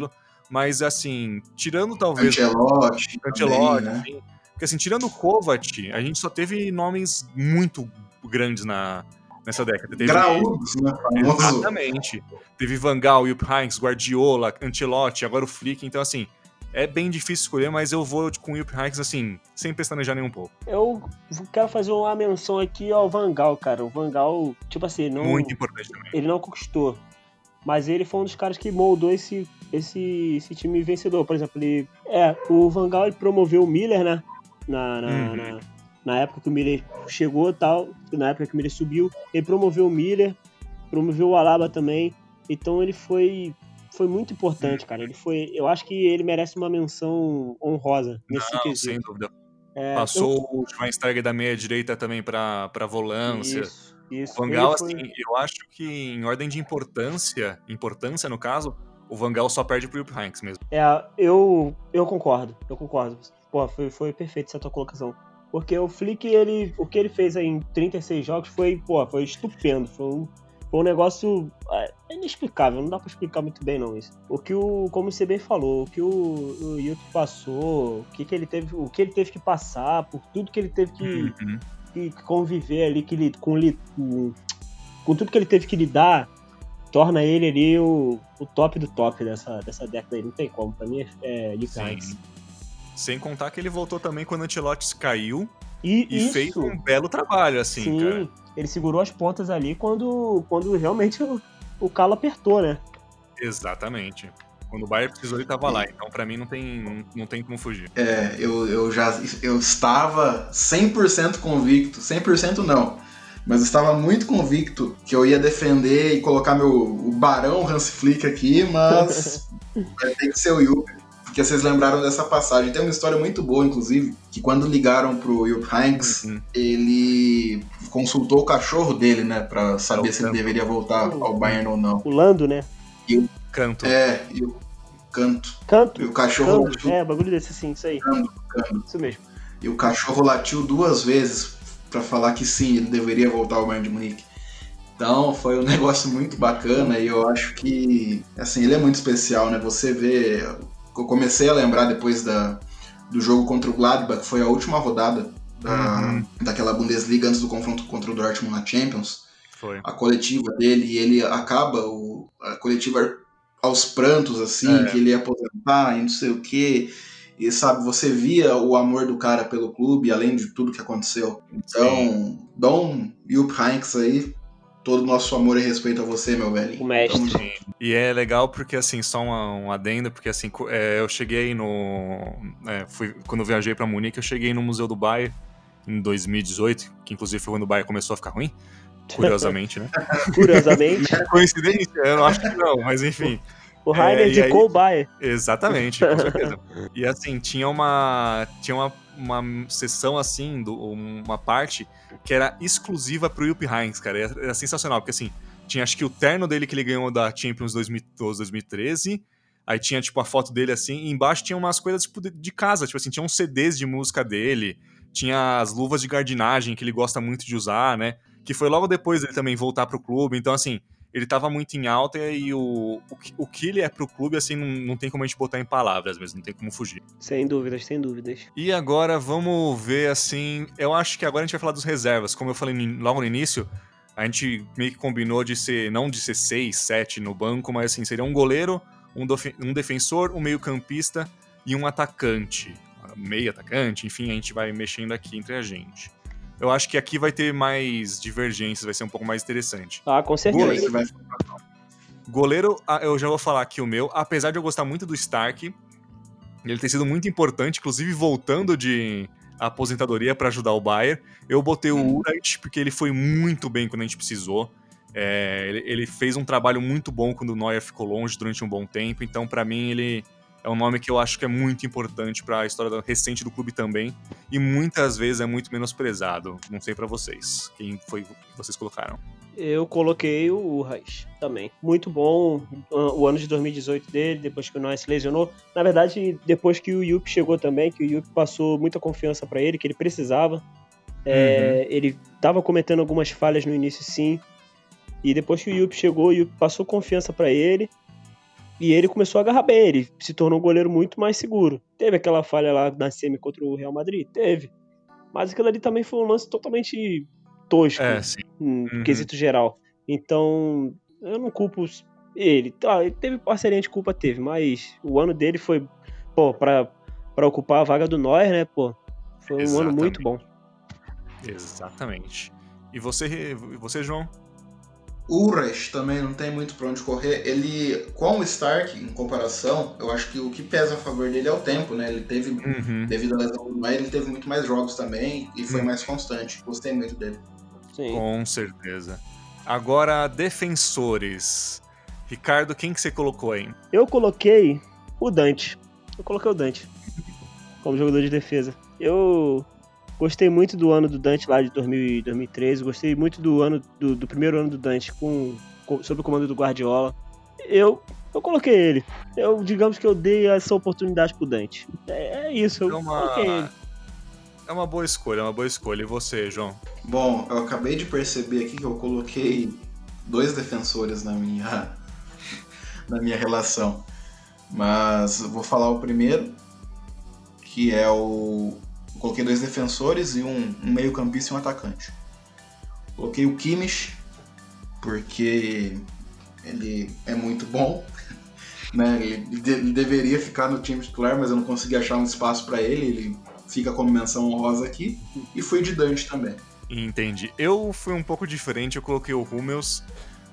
Speaker 1: Mas, assim, tirando talvez...
Speaker 2: Ancelotti.
Speaker 1: Ancelotti,
Speaker 2: também, né?
Speaker 1: assim, porque, assim, tirando o Kovac, a gente só teve nomes muito grandes na, nessa década. Teve...
Speaker 2: Graúdos, né? Famoso.
Speaker 1: Exatamente. Teve Van Gaal, Jupp Heynckes, Guardiola, Ancelotti, agora o Flick. Então, assim, é bem difícil escolher, mas eu vou com o Jupp Heynckes, assim, sem pestanejar nem um pouco.
Speaker 3: Eu quero fazer uma menção aqui ao Van Gaal, cara. O Van Gaal, tipo assim, não...
Speaker 1: Muito importante também.
Speaker 3: Ele não conquistou, mas ele foi um dos caras que moldou esse, esse, esse time vencedor. Por exemplo, ele... É, o Van Gaal ele promoveu o Miller, né? Na, na,
Speaker 1: Uhum.
Speaker 3: na, na época que o Miller chegou e tal, na época que o Miller subiu, ele promoveu o Miller, promoveu o Alaba também, então ele foi, foi muito importante, cara. Ele foi, eu acho que ele merece uma menção honrosa nesse
Speaker 1: Não,
Speaker 3: quesito.
Speaker 1: sem dúvida.
Speaker 3: É,
Speaker 1: Passou
Speaker 3: eu...
Speaker 1: o Schweinsteiger da meia direita também pra, pra volância.
Speaker 3: Isso, isso.
Speaker 1: O Van Gaal,
Speaker 3: Ele foi-
Speaker 1: assim, eu acho que em ordem de importância, importância no caso, o Van Gaal só perde pro Jupp Heynckes mesmo.
Speaker 3: É, eu, eu concordo, eu concordo. Pô, foi, foi perfeito essa tua colocação. Porque o Flick, ele, o que ele fez aí em trinta e seis jogos foi, pô, foi estupendo. Foi um, foi um negócio é, inexplicável, não dá pra explicar muito bem não isso. O que o, como você bem falou, o que o, o Yuto passou, o que, que ele teve, o que ele teve que passar, por tudo que ele teve que,
Speaker 1: Uhum.
Speaker 3: que conviver ali, que ele, com, li- com, com tudo que ele teve que lidar, torna ele ali o, o top do top dessa, dessa década aí. Não tem como, pra mim é Jupp
Speaker 1: Sim.
Speaker 3: Heynckes.
Speaker 1: Sem contar que ele voltou também quando o Ancelotti caiu
Speaker 3: E,
Speaker 1: e
Speaker 3: isso,
Speaker 1: fez um belo trabalho, assim,
Speaker 3: sim,
Speaker 1: cara.
Speaker 3: ele segurou as pontas ali quando, quando realmente o, o calo apertou, né?
Speaker 1: Exatamente. Quando o Bayern precisou, ele tava lá. Então, pra mim, não tem, não, não tem como fugir.
Speaker 2: É, eu, eu já eu estava cem por cento convicto, cem por cento não, mas eu estava muito convicto que eu ia defender e colocar meu o Barão Hans Flick aqui, mas vai ter que ser o Jupp, porque vocês lembraram dessa passagem. Tem uma história muito boa, inclusive, que quando ligaram pro Jupp Heynckes,
Speaker 1: Uhum.
Speaker 2: ele consultou o cachorro dele, né, pra saber
Speaker 1: É o
Speaker 2: se ele
Speaker 1: Canto.
Speaker 2: deveria voltar ao Bayern ou não.
Speaker 3: O Lando, né?
Speaker 1: Canto.
Speaker 2: É, e o Canto.
Speaker 3: Canto.
Speaker 2: E o cachorro
Speaker 3: Canto. É, bagulho desse assim, isso aí.
Speaker 2: Canto.
Speaker 3: Isso mesmo.
Speaker 2: E o cachorro latiu duas vezes pra falar que sim, ele deveria voltar ao Bayern de Munique. Então foi um negócio muito bacana e eu acho que, assim, ele é muito especial, né? Você vê, eu comecei a lembrar depois da, do jogo contra o Gladbach, que foi a última rodada da,
Speaker 1: Uhum.
Speaker 2: daquela Bundesliga antes do confronto contra o Dortmund na Champions,
Speaker 1: Foi.
Speaker 2: a coletiva dele, e ele acaba o, a coletiva aos prantos, assim,
Speaker 1: É.
Speaker 2: que ele ia aposentar e não sei o quê. E, sabe, você via o amor do cara pelo clube, além de tudo que aconteceu. Então,
Speaker 1: Sim.
Speaker 2: Dom Jupp Heynckes aí, todo o nosso amor e respeito a você, meu velho.
Speaker 3: O mestre.
Speaker 2: Tamo junto.
Speaker 1: E é legal porque, assim, só uma, um adendo, porque, assim, co- é, eu cheguei no... é, fui, quando eu viajei pra Munique, eu cheguei no Museu do Bayern em dois mil e dezoito, que inclusive foi quando o Bayern começou a ficar ruim, curiosamente, né?
Speaker 3: Curiosamente,
Speaker 1: Coincidência? Eu não acho que não, mas enfim.
Speaker 3: o Rainer
Speaker 1: É, e
Speaker 3: indicou
Speaker 1: aí-
Speaker 3: o Bayern.
Speaker 1: Exatamente, com certeza. E assim, tinha uma tinha uma, uma sessão assim, do, uma parte que era exclusiva pro Jupp Heynckes, cara. Era, era sensacional, porque assim, tinha acho que o terno dele que ele ganhou da Champions dois mil e doze, dois mil e treze, aí tinha tipo a foto dele assim, e embaixo tinha umas coisas tipo de, de casa, tipo assim, tinha uns C Ds de música dele, tinha as luvas de jardinagem que ele gosta muito de usar, né? Que foi logo depois dele também voltar pro clube, então assim, ele tava muito em alta e o, o, que- o que ele é pro clube, assim, não, não tem como a gente botar em palavras mesmo, não tem como fugir.
Speaker 3: Sem dúvidas, sem dúvidas.
Speaker 1: E agora vamos ver, assim, eu acho que agora a gente vai falar dos reservas. Como eu falei ni- logo no início, a gente meio que combinou de ser, não de ser seis, sete no banco, mas assim, seria um goleiro, um, dofe- um defensor, um meio-campista e um atacante. Meio atacante, enfim, a gente vai mexendo aqui entre a gente. Eu acho que aqui vai ter mais divergências, vai ser um pouco mais interessante.
Speaker 3: Ah, com
Speaker 2: E aí
Speaker 3: certeza.
Speaker 2: você vai...
Speaker 1: Goleiro, ah, eu já vou falar aqui o meu. Apesar de eu gostar muito do Stark, ele ter sido muito importante, inclusive voltando de aposentadoria para ajudar o Bayern, eu botei o
Speaker 2: Hum.
Speaker 1: Urach porque ele foi muito bem quando a gente precisou. É, ele, ele fez um trabalho muito bom quando o Neuer ficou longe durante um bom tempo, então para mim ele é um nome que eu acho que é muito importante para a história da- recente do clube também, e muitas vezes é muito menosprezado. Não sei para vocês, quem foi que vocês colocaram?
Speaker 3: Eu coloquei o Urras também. Muito bom o ano de dois mil e dezoito dele, depois que o Neuer se lesionou. Na verdade, depois que o Jupp chegou também, que o Jupp passou muita confiança para ele, que ele precisava. É, ele estava cometendo algumas falhas no início, sim. E depois que o Jupp chegou, o Jupp passou confiança para ele. E ele começou a agarrar bem, ele se tornou um goleiro muito mais seguro. Teve aquela falha lá na semi contra o Real Madrid? Teve. Mas aquilo ali também foi um lance totalmente tosco,
Speaker 1: É, sim.
Speaker 3: em
Speaker 1: Uhum.
Speaker 3: quesito geral. Então, eu não culpo ele. Tá, ele teve parceria de culpa, teve, mas o ano dele foi, pô, pra, pra ocupar a vaga do Neuer, né, pô, foi um
Speaker 1: Exatamente.
Speaker 3: ano muito bom.
Speaker 1: Exatamente. E você, você João?
Speaker 2: Ulreich também não tem muito pra onde correr. Ele, com o Stark, em comparação, eu acho que o que pesa a favor dele é o tempo, né? Ele teve,
Speaker 1: Uhum.
Speaker 2: devido à lesão do Neuer, ele teve muito mais jogos também e foi
Speaker 1: Uhum.
Speaker 2: mais constante. Gostei muito dele.
Speaker 3: Sim.
Speaker 1: Com certeza. Agora, defensores. Ricardo, quem que você colocou aí?
Speaker 3: Eu coloquei o Dante. Eu coloquei o Dante como jogador de defesa. Eu gostei muito do ano do Dante lá de dois mil e dois mil e treze. Gostei muito do ano do, do primeiro ano do Dante com, com, sob o comando do Guardiola. Eu, eu coloquei ele. Eu, digamos que eu dei essa oportunidade pro Dante. É, é isso, eu
Speaker 1: É uma...
Speaker 3: coloquei ele.
Speaker 1: É uma boa escolha, é uma boa escolha. E você, João?
Speaker 2: Bom, eu acabei de perceber aqui que eu coloquei dois defensores na minha, na minha relação. Mas eu vou falar o primeiro, que é o... Eu coloquei dois defensores e um, um meio-campista e um atacante. Coloquei o Kimmich, porque ele é muito bom. Né? Ele, de, ele deveria ficar no time titular, mas eu não consegui achar um espaço para ele. Ele fica como menção honrosa aqui. E fui de Dante também.
Speaker 1: Entendi. Eu fui um pouco diferente, eu coloquei o Hummels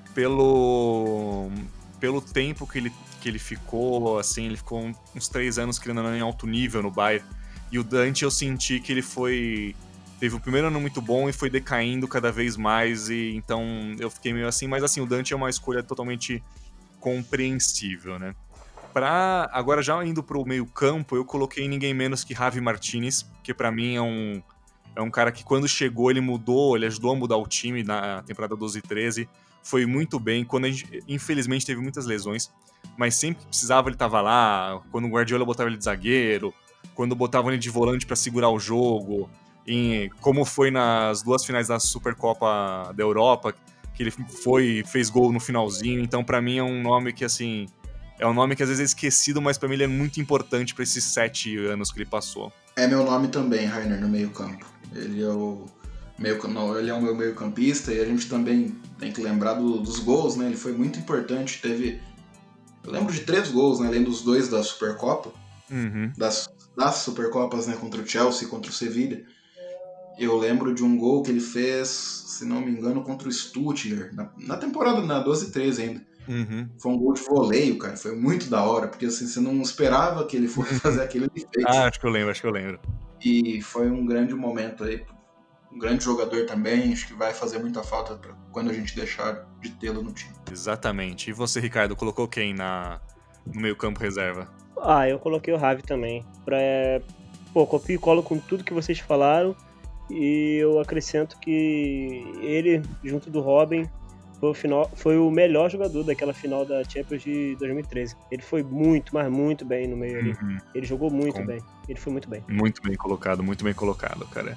Speaker 1: pelo, pelo tempo que ele, que ele ficou, assim, ele ficou uns três anos, querendo ou não, em alto nível no Bayern. E o Dante eu senti que ele foi... Teve o primeiro ano muito bom e foi decaindo cada vez mais, e então eu fiquei meio assim, mas assim, o Dante é uma escolha totalmente compreensível, né? Pra, agora já indo pro meio campo, eu coloquei ninguém menos que Javi Martinez, que pra mim é um, é um cara que quando chegou ele mudou, ele ajudou a mudar o time na temporada doze e treze, foi muito bem, quando a gente, infelizmente teve muitas lesões, mas sempre que precisava ele tava lá, quando o Guardiola botava ele de zagueiro, quando botavam ele de volante pra segurar o jogo, em, como foi nas duas finais da Supercopa da Europa, que ele foi fez gol no finalzinho, então pra mim é um nome que assim... É um nome que às vezes é esquecido, mas pra mim ele é muito importante pra esses sete anos que ele passou.
Speaker 2: É meu nome também, Rainer, no meio campo. Ele é o meio, não, ele é o meu meio campista e a gente também tem que lembrar do, dos gols, né? Ele foi muito importante, teve... Eu lembro de três gols, né? Além dos dois da Supercopa,
Speaker 1: Uhum.
Speaker 2: das, das Supercopas, né? Contra o Chelsea e contra o Sevilla. Eu lembro de um gol que ele fez, se não me engano, contra o Stuttgart, na, na temporada, na doze e treze ainda.
Speaker 1: Uhum.
Speaker 2: Foi um gol de voleio, cara. Foi muito da hora, porque assim, você não esperava que ele fosse fazer aquilo de feito.
Speaker 1: Ah, acho que eu lembro, acho que eu lembro.
Speaker 2: E foi um grande momento aí. Um grande jogador também. Acho que vai fazer muita falta pra quando a gente deixar de tê-lo no time.
Speaker 1: Exatamente. E você, Ricardo, colocou quem na, no meio campo reserva?
Speaker 3: Ah, eu coloquei o Javi também. Pra, pô, copio e colo com tudo que vocês falaram. E eu acrescento que ele, junto do Robin, foi o, final, foi o melhor jogador daquela final da Champions de dois mil e treze. Ele foi muito, mas muito bem no meio ali.
Speaker 1: Uhum.
Speaker 3: Ele jogou muito
Speaker 1: Com...
Speaker 3: bem. Ele foi muito bem.
Speaker 1: Muito bem colocado, muito bem colocado, cara.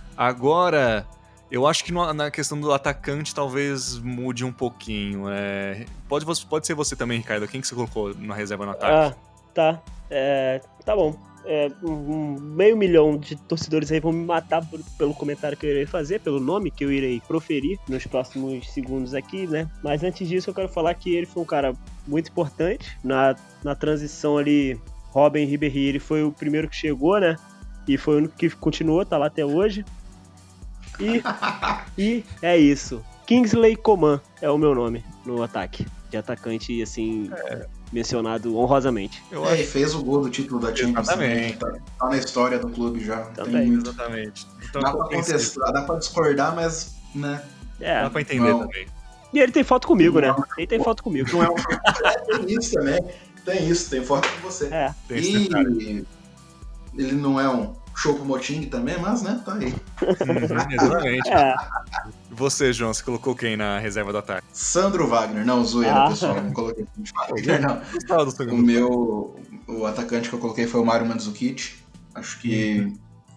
Speaker 1: Agora, eu acho que no, na questão do atacante talvez mude um pouquinho. É... Pode, pode ser você também, Ricardo. Quem que você colocou na reserva no ataque?
Speaker 3: Ah, tá. É, tá bom. É, um meio milhão de torcedores aí vão me matar por, pelo comentário que eu irei fazer, pelo nome que eu irei proferir nos próximos segundos aqui, né? Mas antes disso eu quero falar que ele foi um cara muito importante na, na transição ali. Robin Ribéry, ele foi o primeiro que chegou, né? E foi o único que continuou, tá lá até hoje. E, e é isso. Kingsley Coman é o meu nome no ataque. De atacante, assim... É. Mencionado honrosamente.
Speaker 2: Eu é, acho... e fez o gol do título da Champions.
Speaker 1: Exatamente.
Speaker 2: Tá, tá na história do clube já.
Speaker 3: Também.
Speaker 2: Tem muito.
Speaker 1: Exatamente. Então,
Speaker 2: dá pra contestar, dá pra discordar, mas, né?
Speaker 3: É,
Speaker 1: dá pra entender
Speaker 2: não.
Speaker 1: também.
Speaker 3: E ele tem foto comigo, não, né? Ele tem foto comigo.
Speaker 2: Não é um... tem isso também. Tem isso, tem foto com você.
Speaker 3: É.
Speaker 2: E ele não é um Choupo-Moting também, mas, né, tá aí.
Speaker 1: Uhum, exatamente.
Speaker 3: É.
Speaker 1: E você, João, você colocou quem na reserva do ataque?
Speaker 2: Sandro Wagner. Não, zoeira,
Speaker 3: ah.
Speaker 2: pessoal. Não coloquei Wagner, não. O meu... O atacante que eu coloquei foi o Mário Mandzukic. Acho que uhum.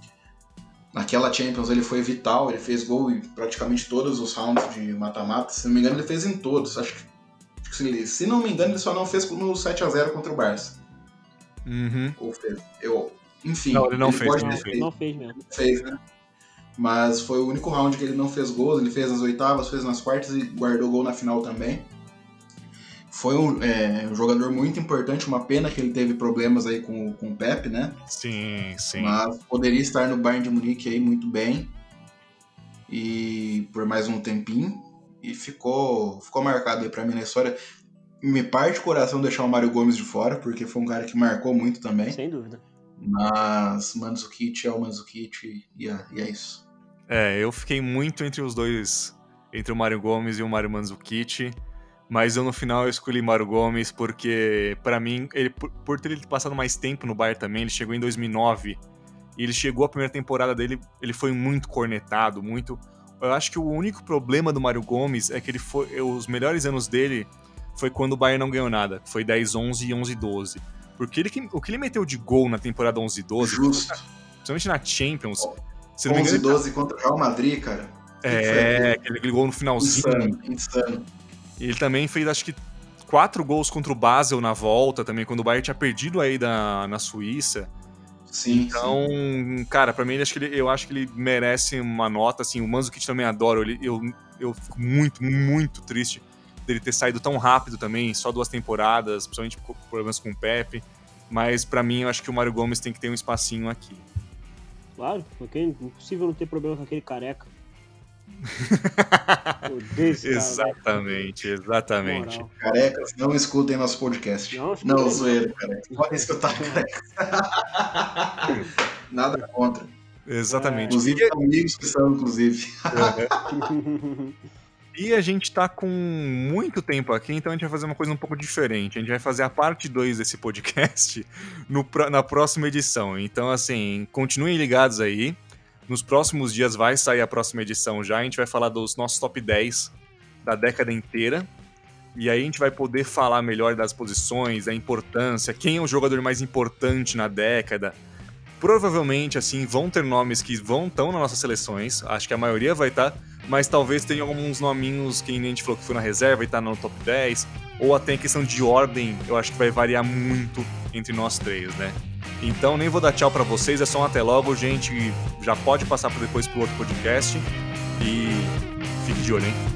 Speaker 2: naquela Champions ele foi vital. Ele fez gol em praticamente todos os rounds de mata-mata. Se não me engano, ele fez em todos. Acho que, acho que Se, se não me engano, ele só não fez no sete a zero contra o Barça.
Speaker 1: Uhum.
Speaker 2: Ou fez. Eu, enfim,
Speaker 1: não, ele não
Speaker 2: ele
Speaker 1: fez,
Speaker 2: pode
Speaker 1: não
Speaker 2: ter
Speaker 1: fez.
Speaker 2: feito.
Speaker 3: Não fez mesmo.
Speaker 2: Fez, né? Mas foi o único round que ele não fez gols. Ele fez nas oitavas, fez nas quartas e guardou gol na final também. Foi um, é, um jogador muito importante. Uma pena que ele teve problemas aí com, com o Pepe, né?
Speaker 1: Sim, sim.
Speaker 2: Mas poderia estar no Bayern de Munique aí muito bem. E por mais um tempinho. E ficou, ficou marcado aí pra mim na história. Me parte o coração deixar o Mário Gomes de fora, porque foi um cara que marcou muito também.
Speaker 3: Sem dúvida.
Speaker 2: Mas Mandzukic é o Mandzukic e é, e é isso.
Speaker 1: É, eu fiquei muito entre os dois, entre o Mário Gomes e o Mário Mandzukic, mas eu no final eu escolhi Mário Gomes porque, pra mim, ele, por, por ter ele passado mais tempo no Bayern também, ele chegou em dois mil e nove, e ele chegou a primeira temporada dele, ele foi muito cornetado, muito... Eu acho que o único problema do Mário Gomes é que ele foi, os melhores anos dele foi quando o Bayern não ganhou nada, foi dez onze e onze doze. Porque ele, o que ele meteu de gol na temporada onze doze,
Speaker 2: Justo.
Speaker 1: principalmente na Champions, se
Speaker 2: não me engano, onze doze contra o Real Madrid, cara.
Speaker 1: É, aquele gol no finalzinho.
Speaker 2: Insano, insano.
Speaker 1: Ele também fez, acho que, quatro gols contra o Basel na volta, também, quando o Bayern tinha perdido aí da, na Suíça.
Speaker 2: Sim,
Speaker 1: então,
Speaker 2: sim.
Speaker 1: cara, pra mim, ele, acho que ele, eu acho que ele merece uma nota, assim, o Mandzukic também adoro, ele, eu, eu fico muito, muito triste dele ter saído tão rápido também, só duas temporadas, principalmente por problemas com o Pepe, mas pra mim, eu acho que o Mário Gomes tem que ter um espacinho aqui.
Speaker 3: Claro, porque é impossível não ter problema com aquele careca. Desse,
Speaker 1: exatamente,
Speaker 3: cara,
Speaker 1: exatamente.
Speaker 3: Moral.
Speaker 2: Carecas, não escutem nosso podcast.
Speaker 3: Não,
Speaker 2: não zoeira, careca. Podem escutar, careca. Nada contra.
Speaker 1: Exatamente.
Speaker 2: Inclusive,
Speaker 1: e...
Speaker 2: amigos que são, inclusive.
Speaker 1: Uhum. E a gente tá com muito tempo aqui, então a gente vai fazer uma coisa um pouco diferente. A gente vai fazer a parte dois desse podcast no, na próxima edição. Então, assim, continuem ligados aí. Nos próximos dias vai sair a próxima edição já. A gente vai falar dos nossos top dez da década inteira. E aí a gente vai poder falar melhor das posições, da importância, quem é o jogador mais importante na década. Provavelmente, assim, vão ter nomes que vão estão nas nossas seleções. Acho que a maioria vai estar. Mas talvez tenha alguns nominhos que a gente falou que foi na reserva e tá no top dez. Ou até em questão de ordem, eu acho que vai variar muito entre nós três, né? Então nem vou dar tchau pra vocês, é só um até logo, gente. Já pode passar depois pro outro podcast. E fique de olho, hein?